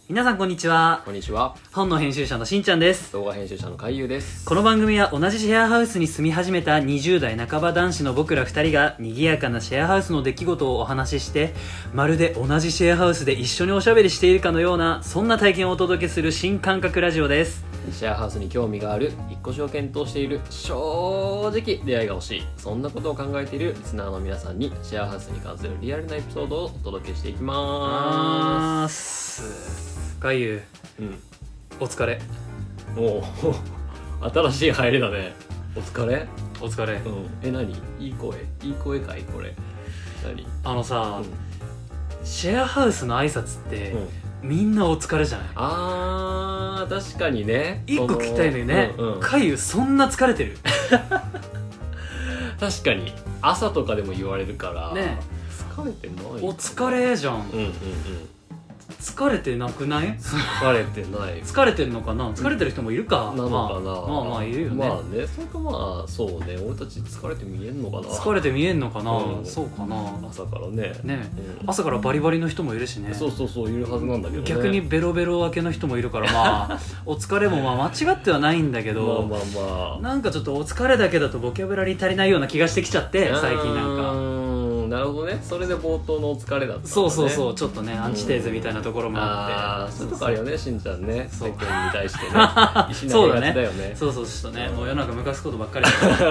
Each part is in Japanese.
皆さんこんにちは。 こんにちは。 本の編集者のしんちゃんです。 動画編集者の海優です。 この番組は同じシェアハウスに住み始めた20代半ば男子の僕ら2人が賑やかなシェアハウスの出来事をお話しして、まるで同じシェアハウスで一緒におしゃべりしているかのような、そんな体験をお届けする新感覚ラジオです。 シェアハウスに興味がある、引っ越しを検討している、正直出会いが欲しい、そんなことを考えているリスナーの皆さんにシェアハウスに関するリアルなエピソードをお届けしていきます。 海優、お疲れ。 おお新しい入りだね。お疲れ。 お疲れ。 何いい声かいこれ。何シェアハウスの挨拶って、みんなお疲れじゃない？ 確かにね。 一個聞きたいのよね。海優そんな疲れてる？ 確かに朝とかでも言われるからね。 疲れてない。 お疲れじゃん。疲れてなくない？ 疲れてない。 疲れてるのかな？疲れてる人もいるかなのかな。 まあいるよね。 まあね、それかまあそうね、俺たち疲れて見えんのかな。 疲れて見えんのかな。そうかな。 朝からね。 朝からバリバリの人もいるしね。 そういるはずなんだけどね。 逆にベロベロ明けの人もいるから、まあお疲れもまあ間違ってはないんだけど、なんかちょっとお疲れだけだとボキャブラリー足りないような気がしてきちゃって、最近なんか。 なるほどね。それで冒頭のお疲れだった。 そうちょっとねアンチテーゼみたいなところもあって、 そういうとこあるよね、しんちゃんね。世間に対してね、石投げがちだよね。 そうちょっとね、もう世の中向かすことばっかりだ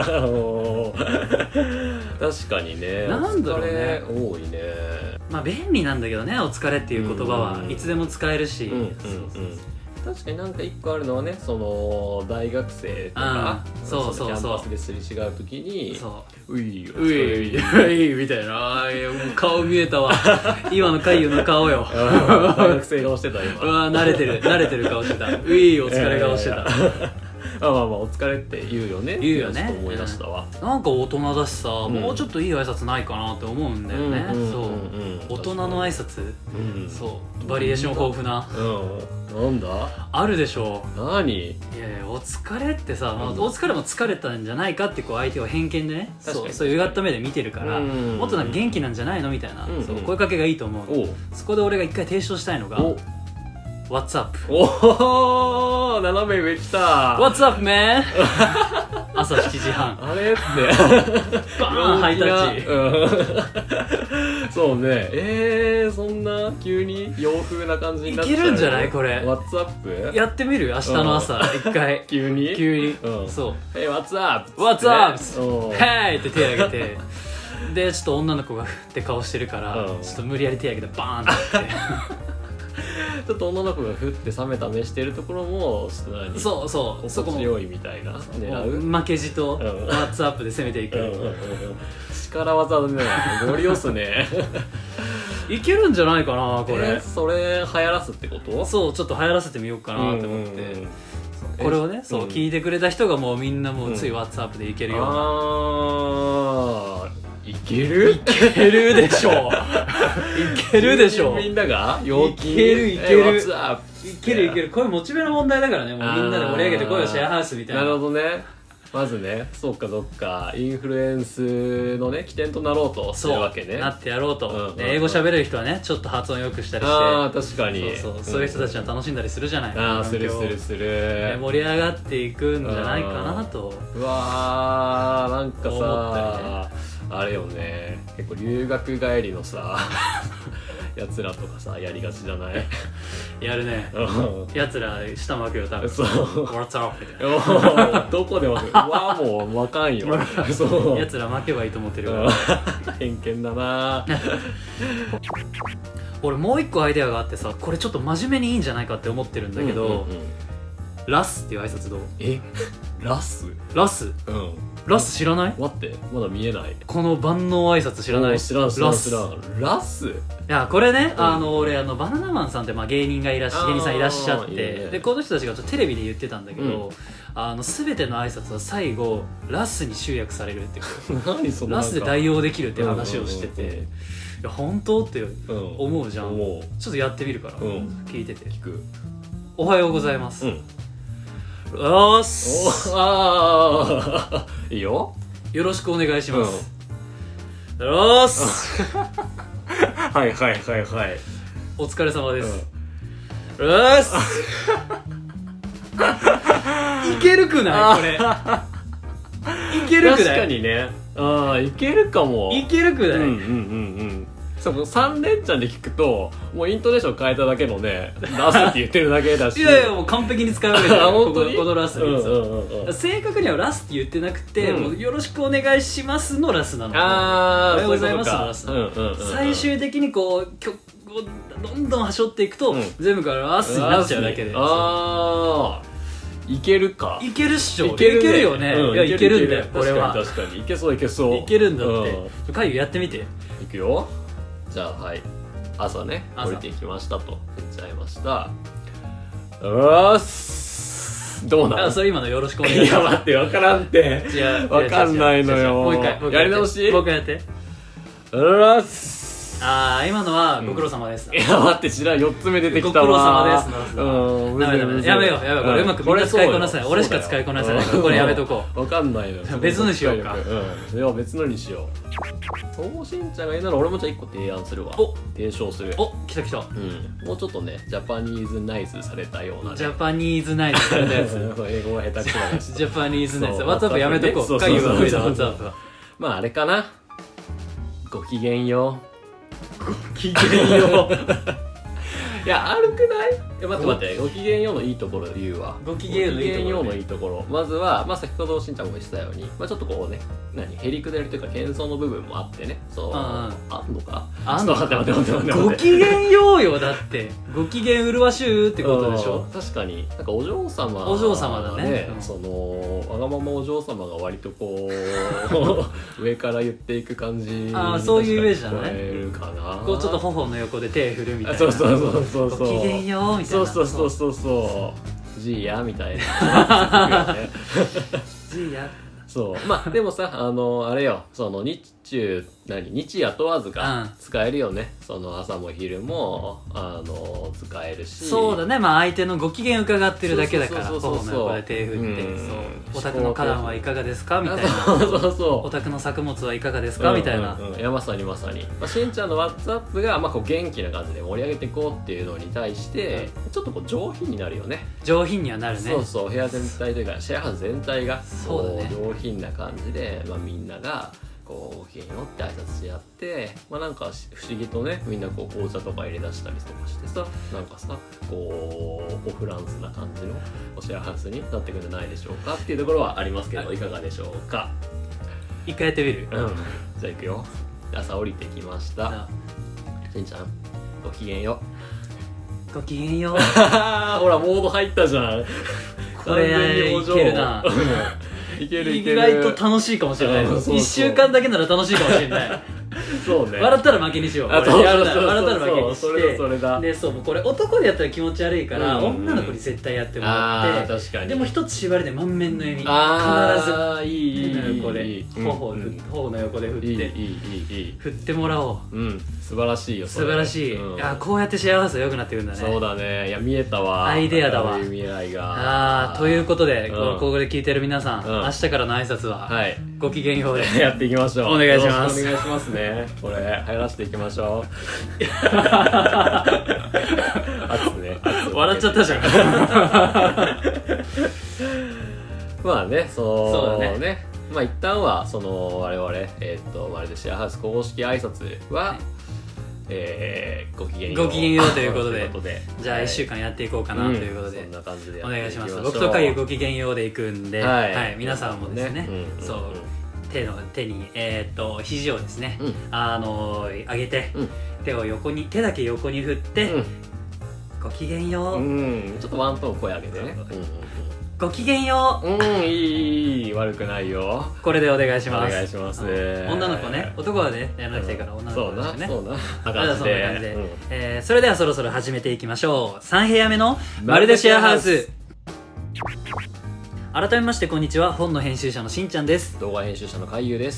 確かにね。 なんだろうね、 多いね。 まあ便利なんだけどね、お疲れっていう言葉はいつでも使えるし。 確かになんか一個あるのはね、その大学生とかキャンパスですれ違う時にういみたいな、顔見えたわ。今の海優の顔よ。 大学生顔してた今。 慣れてる顔してた。ういお疲れ顔してた。 まあお疲れって言うよね。 言うよね。 思い出したわ。 なんか大人だしさ、もうちょっといい挨拶ないかなって思うんだよね。そう大人の挨拶、そうバリエーション豊富な。 なんだあるでしょ。 何？ いやお疲れってさ、お疲れも疲れたんじゃないかってこう相手を偏見でね、そういううがった目で見てるから、もっとなんか元気なんじゃないのみたいな声かけがいいと思う。そこで俺が一回提唱したいのがWhat's up？ おお、斜め上来た。 What's up, man？ 朝7時半。 あれってバーンハイタッチ。 そうね。そんな急に洋風な感じになっちゃう。 いけるんじゃないこれ。 What's up？ やってみる？明日の朝一回。 急に。 そう。 Hey, what's up？What's up？Hey って手挙げて。でちょっと女の子がふって顔してるから、ちょっと無理やり手挙げてバーンって。 ちょっと女の子がふって冷めた目してるところもそうそこも強いみたいな負けじとワッツアップで攻めていく。 力技だね。ゴリ押すね。 いけるんじゃないかなこれ。 それ流行らすってこと？ そうちょっと流行らせてみようかなと思って、これをね聞いてくれた人がもうみんなもうついワッツアップでいけるような。 いけるでしょう。いけるでしょう。 みんながいける。これモチベの問題だからね。もうみんなで盛り上げてこいよシェアハウスみたいな。 なるほどね。まずね、そうかインフルエンスのね起点となろうとするわけね。 なってやろうと。英語喋れる人はねちょっと発音良くしたりして。 確かに。 そういう人たちは楽しんだりするじゃない。 する。 盛り上がっていくんじゃないかなと。 うわー、なんかさ、あれよね、結構留学帰りのさやつらとかさやりがちじゃない？ やるね。やつら下巻くよ多分。What's up？ みたいな。 どこでももうわかんよ。 やつら巻けばいいと思ってるよ。 偏見だな。 俺もう一個アイデアがあってさ、これちょっと真面目にいいんじゃないかって思ってるんだけど、ラスっていう挨拶どう？ ラス？ ラス知らない？ 待って、まだ見えない。 この万能挨拶知らない？ 知らん。ラス？いやこれね、俺バナナマンさんって芸人さんいらっしゃって、でこの人たちがちょっとテレビで言ってたんだけど、全ての挨拶は最後ラスに集約されるって何そのラスで代用できるっていう話をしてて、いや本当って思うじゃん。ちょっとやってみるから聞いてて。 聞く。 おはようございます。 いいよ。 よろしくお願いします。はい。お疲れ様です。 っすいけるくないこれいけるくない確かにね、いけるかも。 いけるくない、 そう3連チャンで聞くともうイントネーション変えただけのねラスって言ってるだけだしいやいやもう完璧に使うわけだよ本当にこのラスに正確にはラスって言ってなくて、もうよろしくお願いしますのラスなの。おはようございますのラスなの。最終的にこう曲をどんどんはしょっていくと、全部からラスになっちゃうだけで。 いけるか。 いけるっしょ。いけるよね。いやいけるんだよこれは。 確かにいけそういけそう。 いけるんだって。カイユやってみて。 いくよ。じゃあはい、朝ね降りてきましたと言っちゃいました。どうなん？ それ今のよろしくお願いします。 いや待って分からんって。分かんないのよ。 もう一回やり直し。 もう一回やって。今のはご苦労様です。 いや待って知らん、4つ目出てきたわ。 ご苦労様です。ダメやめようこれうまくみんな使いこなせない。俺しか使いこなせない。これやめとこう。分かんないのよ。 別のにしようか。 いや別のにしよう。東しんちゃんが言うなら俺もじゃあ1個提案するわ。提唱する。 来たもうちょっとねジャパニーズナイズされたような。 ジャパニーズナイズされたやつ。 英語が下手くそだし。 ジャパニーズナイズ。ワッツアップやめとこう。カイユは無理だワッツアップは。 まああれかな。ごきげんよう。 ごきげんよういや、あるくない？待ってごきげんようのいいところ言うわ。 ごきげんようのいいところ、 まずは、先ほどしんちゃんも言ってたように、ちょっとこうね、へりくだりというか謙遜の部分もあってね、そう、あんのか？ あんのか？ 待って。 ごきげんようよ、だってごきげんうるわしゅうってことでしょ。 確かに、なんかお嬢様だね。 そのわがままお嬢様が割とこう上から言っていく感じ。 そういうイメージじゃない？こうちょっと頬の横で手振るみたいな。 そうごきげんようみたいな。 そうジーヤみたいな。 ジーヤ。 そうでもさあれよ、その日夜問わずが使えるよね。その朝も昼も使えるし。 そうだね。相手のご機嫌伺ってるだけだから頬の横で手振って「お宅の花壇はいかがですか?」みたいな「お宅の作物はいかがですか?」みたいな。 いやまさにしんちゃんのワッツアップがこう元気な感じで盛り上げていこうっていうのに対してちょっとこう上品になるよね。 上品にはなるね。 部屋全体というかシェアハウス全体が上品な感じでみんながこうごきげんようって挨拶し合って、なんか不思議とねみんなこう紅茶とか入れ出したりとかしてさ、なんかさこうオフランスな感じのシェアハウスになってくるんじゃないでしょうかっていうところはありますけど、いかがでしょうか。 一回やってみる？ じゃあいくよ。朝降りてきました。しんちゃんごきげんよう。ごきげんよう。 ほらモード入ったじゃん。 これいけるな。 いける意外と楽しいかもしれない。1週間だけなら楽しいかもしれない。 そうね。 笑ったら負けにしよう。笑ったら負けにして。 それだ。 で、これ男でやったら気持ち悪いから女の子に絶対やってもらって。 確かに。 でも一つ縛りで満面の笑み。必ず。いい。これ頬の横で振って振ってもらおう。 素晴らしいよ。 素晴らしい。こうやってシェアハウスが良くなってくるんだね。 そうだね。いや見えたわ。 アイデアだわ。 未来が。 ということでここで聞いてる皆さん、明日からの挨拶はごきげんようでやっていきましょう。 お願いします。 お願いしますね。これ流行らせていきましょう。 笑っちゃったじゃん。 そうだね。一旦は我々まるでシェアハウス公式挨拶はごきげんようということで、じゃあ1週間やっていこうかなということで、 そんな感じでお願いします。僕とかゆごきげんようでいくんで、皆さんもですね、手に肘をですね上げて、手だけ横に振ってごきげんよう。 ちょっとワントーン声上げてね。 ごきげんよう。いい悪くないよ。 これでお願いします。 お願いします。 女の子ね、男はねやらなくていいから女の子ですね。 そうなそんな感じで。それではそろそろ始めていきましょう。3部屋目のまるでシェアハウス。改めましてこんにちは。本の編集者のしんちゃんです。 動画編集者のかいゆうです。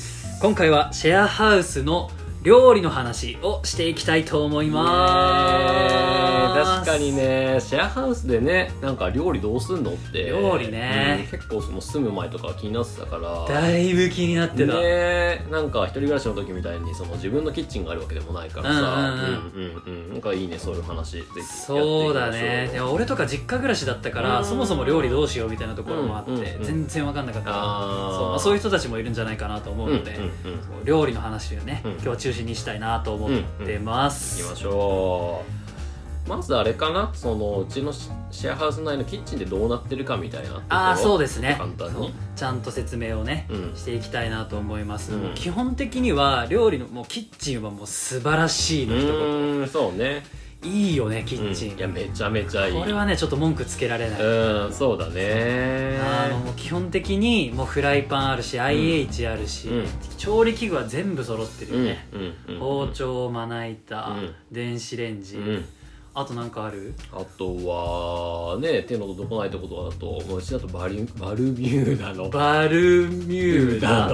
今回はシェアハウスの料理の話をしていきたいと思います。 確かにね、シェアハウスでね、なんか料理どうすんのって料理ね、 結構その住む前とか気になってたからだいぶ気になってたね。なんか一人暮らしの時みたいにその自分のキッチンがあるわけでもないからさ、なんかいいね、そういう話ぜひやってみましょう。 そうだね。でも俺とか実家暮らしだったから、そもそも料理どうしようみたいなところもあって、全然分かんなかったから、そう、そういう人たちもいるんじゃないかなと思うので、料理の話をね、今日は中心にしたいなと思ってます。 行きましょう。まずあれかな、そのうちのシェアハウス内のキッチンでどうなってるかみたいな。 そうですね。 簡単にちゃんと説明をね、していきたいなと思います。もう基本的には料理のもうキッチンはもう素晴らしいの一言。 そうね。 いいよねキッチン、 いやめちゃめちゃいい。 これはねちょっと文句つけられない。 そうだね。 もう基本的にもうフライパンあるし、IH あるし、調理器具は全部揃ってるよね。包丁、まな板、電子レンジ、あとなんかある？ あとはね、手の届かないところだと、うちだとバルミューダのビアルビア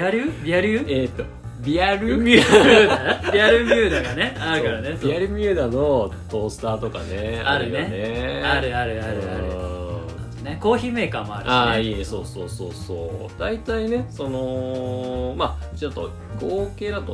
ルミューダがねあるからね。 ビアルミューダのトースターとかねあるね。あるね。コーヒーメーカーもあるしね。 いい、そう大体ね、そのうちだと合計だと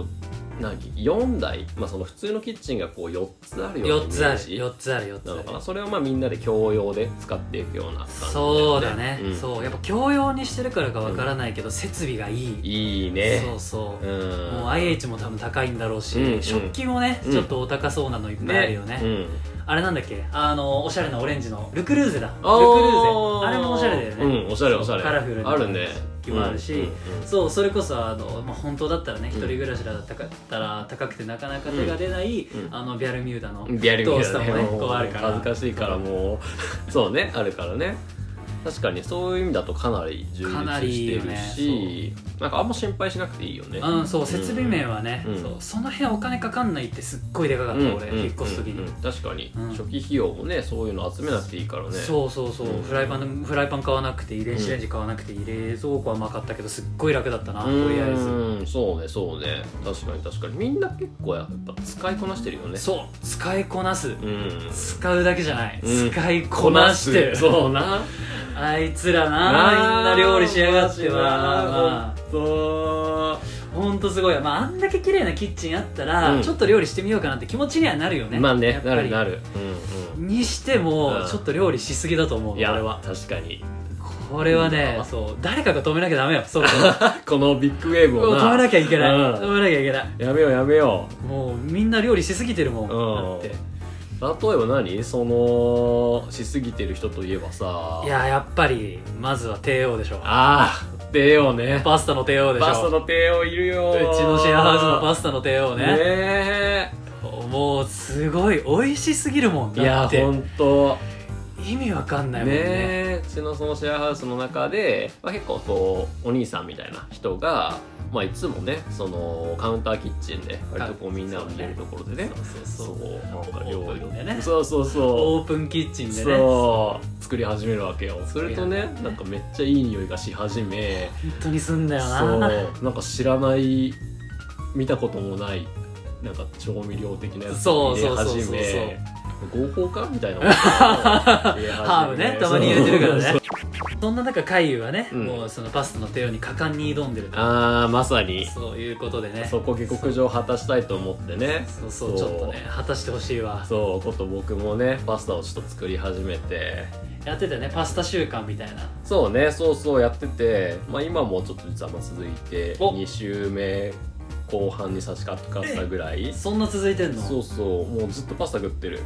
4台、その普通のキッチンがこう4つあるようなイメージ。4つあるなのかな。それをみんなで共用で使っていくような感じだよね。 そうだね。そうやっぱ共用にしてるからかわからないけど、設備がいい。 いいね。 もう IH も多分高いんだろうし、食器もねちょっとお高そうなのいっぱいあるよね。あれなんだっけ、おしゃれなオレンジのルクルーゼだ。ルクルーゼ、あれもおしゃれだよね。 おしゃれカラフルなあるね。 もあるし、それこそ本当だったらね、一人暮らしだったら高くてなかなか手が出ないビアルミューダのトースターもねこうあるから、 恥ずかしいからもうそうね、あるからね。確かにそういう意味だとかなり充実してるし、なんかあんま心配しなくていいよね。 そう、設備面はね、その辺お金かかんないってすっごいでかかった。俺引っ越す時に確かに初期費用もね、そういうの集めなくていいからね。そうフライパン買わなくていい、電子レンジ買わなくていい、冷蔵庫はまかったけどすっごい楽だったな、とりあえず。 そうね。確かにみんな結構やっぱ使いこなしてるよね。 そう、使いこなす、使うだけじゃない、使いこなしてる。 そうな、 あいつらな、みんな料理しやがってはほんとすごい。あんだけ綺麗なキッチンあったら、ちょっと料理してみようかなって気持ちにはなるよね。 なるにしてもちょっと料理しすぎだと思う。俺は確かにこれはね、誰かが止めなきゃダメよ。 このビッグウェーブを止めなきゃいけない。 やめよう。もうみんな料理しすぎてるもん。だって例えば何、そのしすぎてる人といえばさ、 やっぱりまずは帝王でしょ。 帝王ね。 パスタの帝王でしょ。 パスタの帝王いるよ。 うちのシェアハウスのパスタの帝王ね。もうすごい美味しすぎるもん。だってほんと意味わかんないもんね。 うちのそのシェアハウスの中で、結構こうお兄さんみたいな人が、いつもね、そのカウンターキッチンで割とこうみんなを見れるところでね、なんか料理をね、オープンキッチンでね、 作り始めるわけよ。するとね、なんかめっちゃいい匂いがし始め、 本当にすんだよな。 なんか知らない、見たこともないなんか調味料的なやつを入れ始め、合法かみたいなハーブね、たまに入れてるからね。そんな中海遊はね、もうそのパスタの帝王に果敢に挑んでると。 まさにそういうことでね、 そこ下克上を果たしたいと思ってね。 ちょっとね果たしてほしいわ。 こと僕もねパスタをちょっと作り始めてやってたね、パスタ習慣みたいな。 そうね、やってて、今もちょっと実は続いて2週目後半に差し掛かったぐらい。 そんな続いてんの？ もうずっとパスタ食ってる。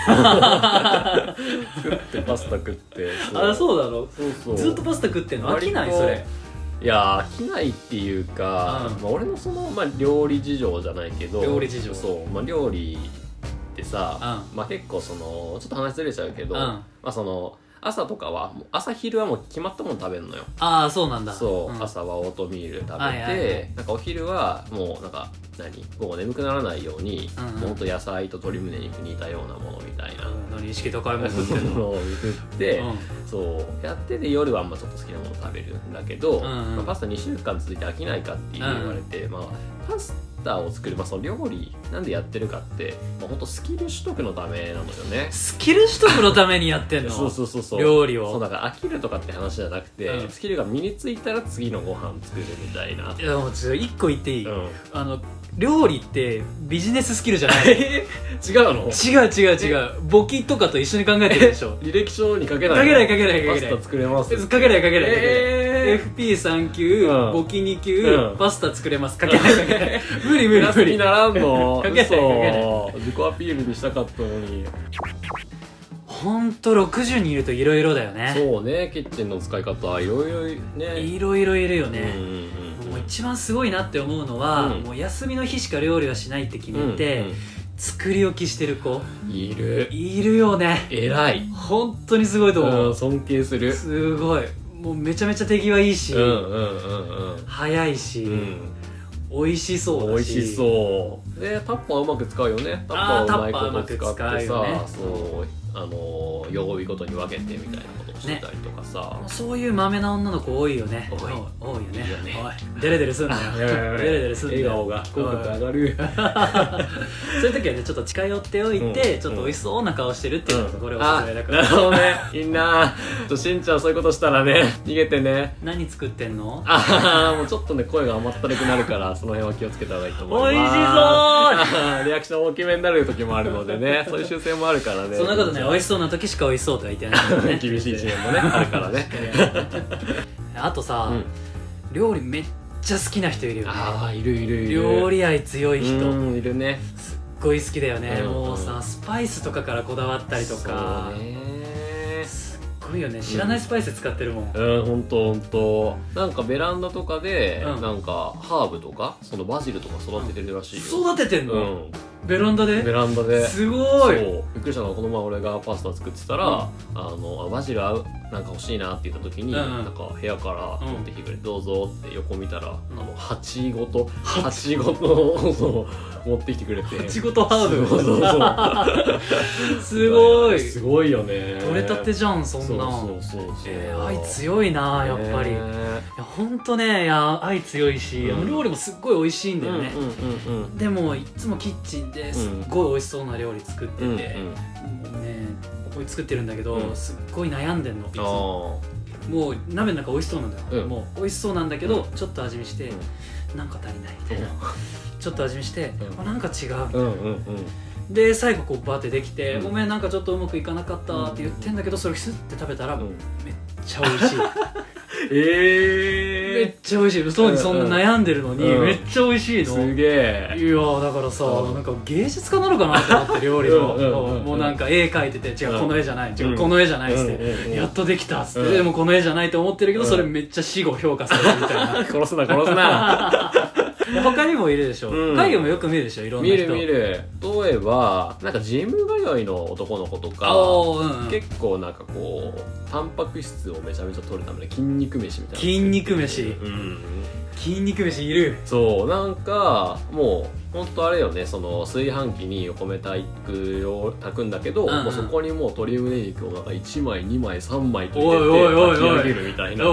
食ってパスタ食って。 そうだろ。ずっとパスタ食ってんの？飽きないそれ？ いや飽きないっていうか、俺のその料理事情じゃないけど、料理ってさ、結構そのちょっと話ずれちゃうけど、その朝とかは朝昼はもう決まったもの食べるのよ。 そうなんだ。 朝はオートミール食べて、なんかお昼はもうなんか午後眠くならないように、ほんと野菜と鶏胸肉煮たようなものみたいな意識高いもの食ってるのを食ってやってて、夜はちょっと好きなもの食べるんだけど、パスタ2週間続いて飽きないかって言われて、パスターを作る、その料理なんでやってるかって、本当スキル取得のためなのよね。 スキル取得のためにやってんのそう料理を。 そうだから飽きるとかって話じゃなくて、スキルが身についたら次のご飯作るみたいな。 いやもう一個言っていい、料理ってビジネススキルじゃない違うの？ 違う簿記とかと一緒に考えてるでしょ。 履歴書に書けない？ 書けないパスタ作れます？ 書けない FP3 級、簿記2級、パスタ作れます。書けない無理にならんの？ 書けない自己アピールにしたかったのに。 ほんと60人いるといろいろだよね。 そうね、キッチンの使い方いろいろね、 いろいろいるよね。もう一番すごいなって思うのは、もう休みの日しか料理はしないって決めて、作り置きしてる子いるよね。 偉い。 本当にすごいと思う。 尊敬する。 すごい。もうめちゃめちゃ手際いいし、早いし、美味しそうだし。 美味しそうで、タッパーうまく使うよね。タッパーをうまいこと使ってさ、曜日ごとに分けてみたいなことをしてたりとかさ、 そういうマメな女の子多いよね。多いよね。おいデレデレすんなよ。デレデレすんなよ。 笑顔が口角上がる。 そういう時はね、ちょっと近寄っておいて、ちょっと美味しそうな顔してるっていうのがこれおすすめだから。 なるほどね。みんなしんちゃんそういうことしたらね、逃げてね。 何作ってんの？ もうちょっとね、声が甘ったるくなるから、その辺は気をつけた方がいいと思います。 美味しそう。 リアクション大きめになる時もあるのでね、そういう習性もあるからね。 そんなことね、美味しそうな時しか美味しそうとは言ってないからね。 厳しい一面もね、あるからね。 あとさ、料理めっちゃ好きな人いるよね。 いる。 料理愛強い人いるね。 すっごい好きだよね。もうさ、スパイスとかからこだわったりとか、すっごいよね。知らないスパイス使ってるもん。 ほんとなんかベランダとかで、なんかハーブとかそのバジルとか育ててるらしいよ。 育ててんの？ベランダで？ ベランダで。 すごい。 びっくりしたのが、この前俺がパスタ作ってたら、バジルなんか欲しいなって言った時に、なんか部屋から持ってきてくれて、どうぞって横見たら、鉢ごと持ってきてくれて、 鉢ごとハーブ。 そうすごいよね。 取れたてじゃん、そんな。愛強いな、やっぱり。いやほんとね、愛強いし、料理もすっごい美味しいんだよね。でもいつもキッチンですっごい美味しそうな料理作ってて、もうね、これ作ってるんだけど、すっごい悩んでんの、いつも。もう鍋の中美味しそうなんだよ。もう美味しそうなんだけど、ちょっと味見してなんか足りないみたいな。ちょっと味見してなんか違うみたいな。で最後こうバーってできて、ごめんなんかちょっとうまくいかなかったって言ってんだけど、それスッて食べたらめっちゃ美味しい。めっちゃ美味しい。そうにそんな悩んでるのにめっちゃ美味しいの。 すげえ。 いやだからさ、なんか芸術家なのかなと思って、料理のもうなんか絵描いてて、違うこの絵じゃない、違うこの絵じゃないっつってやっとできたっつって、でもこの絵じゃないと思ってるけど、それめっちゃ死後評価されるみたいな。 殺すな他にもいるでしょ。海外もよく見るでしょ、いろんな人。 見る。例えばなんかジム通いの男の子とか、結構なんかこうタンパク質をめちゃめちゃ取るための筋肉飯みたいな。 筋肉飯いる。 そうなんかもうほんとあれよね、その炊飯器にお米炊くんだけど、もうそこにもう鶏胸肉をなんか1枚2枚3枚と入れて炊き上げるみたいな。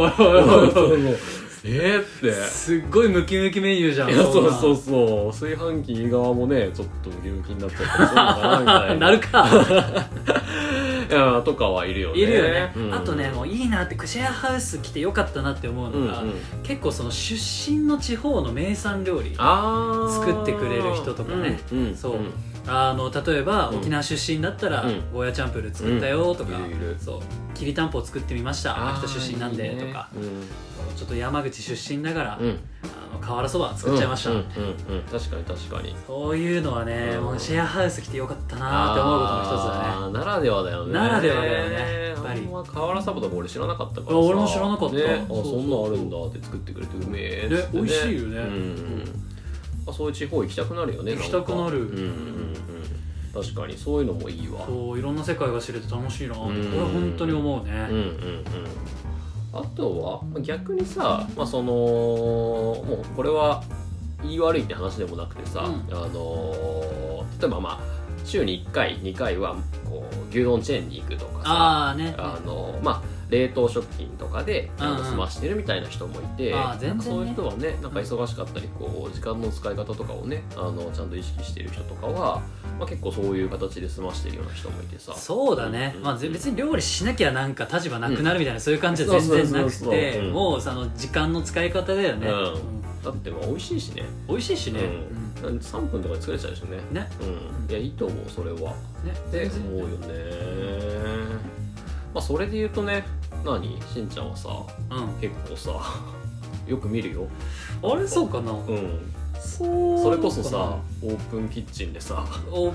ってすっごいムキムキメニューじゃん。 そう炊飯器側もねちょっとムキムキになっちゃったりするのかなみたいな。 なるか。 とかはいるよね。 いるよね。あとね、もういいなってシェアハウス来てよかったなって思うのが、結構その出身の地方の名産料理作ってくれる人とかね。そう、例えば沖縄出身だったらゴーヤチャンプルー作ったよとか、そうきりたんぽを作ってみました、秋田出身なんでとか、ちょっと山口出身ながら瓦そば作っちゃいました。 確かにそういうのはね、もうシェアハウス来てよかったなって思うことの一つだね。 ならではだよね。やっぱり瓦そばとか俺知らなかったからさ。 俺も知らなかった。 そんなんあるんだって作ってくれてうめえって。 美味しいよね。 そういう地方行きたくなるよね。 行きたくなる。 確かにそういうのもいいわ。 そういろんな世界が知れて楽しいなって俺は本当に思うね。 あとは逆にさ、そのもうこれは言い悪いって話でもなくてさ、例えば週に1回2回はこう牛丼チェーンに行くとかさ、 冷凍食品とかでちゃんと済ましてるみたいな人もいて、 全然ね、 そういう人はねなんか忙しかったりこう時間の使い方とかをねちゃんと意識してる人とかは、結構そういう形で済ましてるような人もいてさ。 そうだね、別に料理しなきゃなんか立場なくなるみたいな、そういう感じは全然なくて、もうその時間の使い方だよね。 だって美味しいしね。 美味しいしね。 3分とかで作れちゃうでしょね。 ね。 いやいいと思うそれは。ね。って思うよね。それで言うとね、しんちゃんはさ、結構さよく見るよ。 あれそうかな。 それこそさオープンキッチンでさ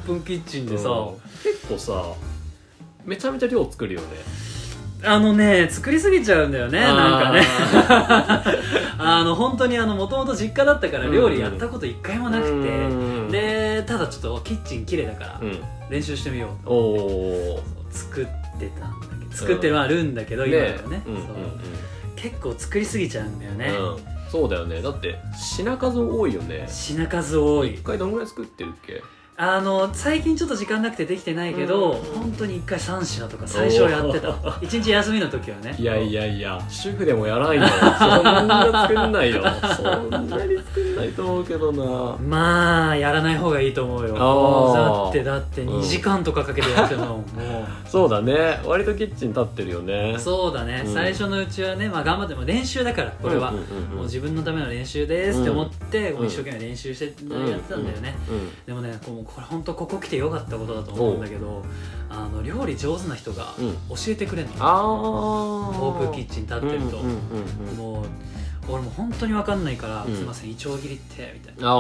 結構さめちゃめちゃ量作るよね。作りすぎちゃうんだよね、なんかね。本当にもともと実家だったから料理やったこと一回もなくて、でただちょっとキッチン綺麗だから練習してみようと思って作ってたんだけど、作ってはあるんだけど、今ではね、結構作りすぎちゃうんだよね。 そうだよね。だって品数多いよね。 品数多い。 1回どのぐらい作ってるっけ？ 最近ちょっと時間なくてできてないけど、本当に1回3品とか最初はやってた。1日休みの時はね。 いや主婦でもやらんよ。そんな作んないよ。そんなに作んないと思うけどな。 やらない方がいいと思うよ。だって2時間とかかけてやってるのもう。 そうだね、割とキッチン立ってるよね。 そうだね、最初のうちはね、頑張っても練習だから、これはもう自分のための練習ですって思って一生懸命練習してやってたんだよね。でもね、これ本当ここ来てよかったことだと思うんだけど、料理上手な人が教えてくれるの。オープンキッチン立ってるともう俺も本当に分かんないから「すいません、いちょう切りって」みたいな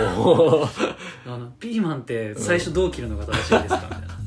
「ピーマンって最初どう切るのが正しいですか?」みたいな。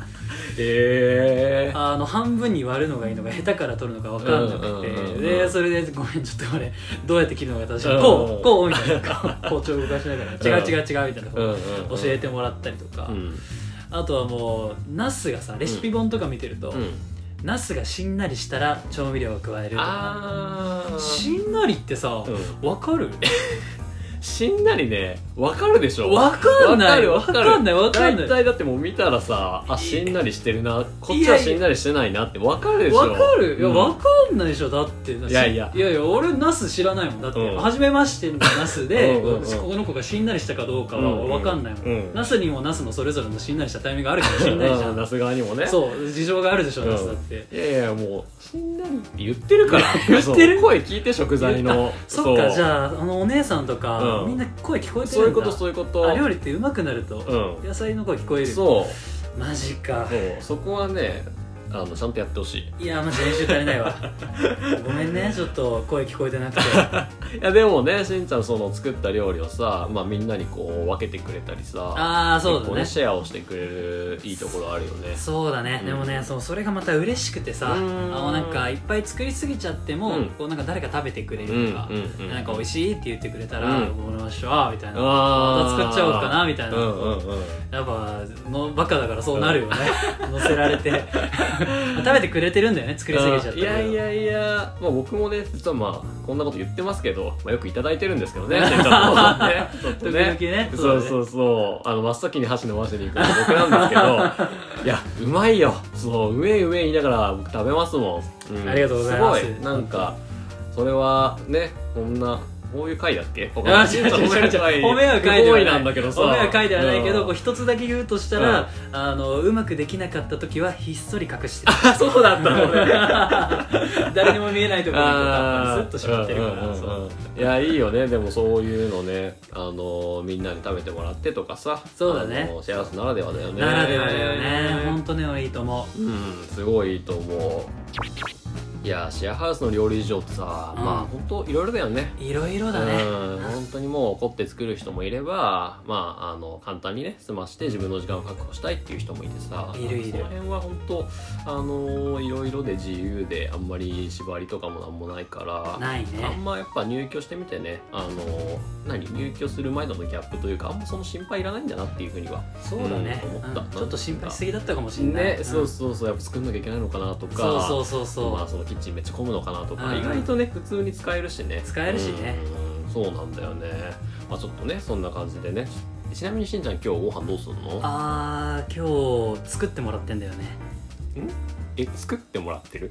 半分に割るのがいいのか下手から取るのか分かんなくて、でそれで「ごめんちょっと俺どうやって切るのが正しいのこう」みたいな包丁動かしながら「違うみたいな教えてもらったりとか、あとはもうナスがさレシピ本とか見てると、ナスがしんなりしたら調味料を加えるとか。しんなりってさ、分かる？ しんなりね、わかるでしょ。 わかんない大体だってもう見たらさ、しんなりしてるな、こっちはしんなりしてないなってわかるでしょ。 わかる。いや、わかんないでしょ。だっていや俺ナス知らないもん。だって初めましてのナスでこの子がしんなりしたかどうかはわかんないもん。ナスにもナスのそれぞれのしんなりしたタイミングがあるかもしれないじゃん。 ナス側にもね。 そう事情があるでしょ、ナスだって。 いやもうしんなりって言ってるから。 言ってる。 声聞いて食材の。 そっか、じゃあお姉さんとかみんな声聞こえてるんだ。 そういうこと。 料理って上手くなると野菜の声聞こえる。 そうマジか。 そこはねちゃんとやってほしい。 いやマジ練習足りないわ。ごめんね、ちょっと声聞こえてなくて。 いやでもね、しんちゃん作った料理をさ、みんなにこう分けてくれたりさ、 そうだね、 シェアをしてくれるいいところあるよね。 そうだね、でもねそれがまた嬉しくてさ、なんかいっぱい作りすぎちゃっても、こうなんか誰か食べてくれるとか、なんか美味しいって言ってくれたら「ごめんなさい」みたいな、また作っちゃおうかなみたいな。やっぱバカだからそうなるよね。乗せられて食べてくれてるんだよね、作りすぎちゃって。 いや、僕もね実はこんなこと言ってますけど、よくいただいてるんですけどね。ちょっとね。そう真っ先に箸伸ばしてに行くの僕なんですけど、いやうまいよ。うめえ言いながら僕食べますもん。 ありがとうございます。 すごいなんかそれはね、こういう回だっけ？ 褒めは書いてなんだけどさ、 褒めは書いてはないけど、一つだけ言うとしたら、うまくできなかった時はひっそり隠してる。 そうだったのね。 誰にも見えないところにスッとしまってるから。 いやいいよね。でもそういうのね、みんなに食べてもらってとかさ、 そうだね、 シェアハウスならではだよね。 ならではだよね。本当ね、いいと思う。すごいいいと思う。いやシェアハウスの料理事情ってさ、本当いろいろだよね。 いろいろだね。 本当にもう凝って作る人もいれば、簡単にね済まして自分の時間を確保したいっていう人もいてさ、 いる。 その辺は本当いろいろで自由で、あんまり縛りとかもなんもないから、 ないね。 あんまやっぱ入居してみてね、入居する前とのギャップというか、あんまその心配いらないんだなっていうふうにはそうだね、 思った。 ちょっと心配しすぎだったかもしれないね。 そうやっぱ作んなきゃいけないのかなとか、そのキッチンめっちゃ混むのかなとか、意外とね普通に使えるしね。そうなんだよね。ちょっとねそんな感じでね。ちなみにしんちゃん今日ご飯どうするの？ 今日作ってもらってんだよね。 作ってもらってる？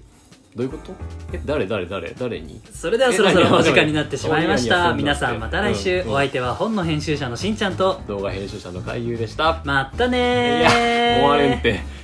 どういうこと？誰に？ それではそろそろお時間になってしまいました。皆さんまた来週、 うんお相手は本の編集者のしんちゃんと動画編集者の海優でした。 またねー。 いや終われんって。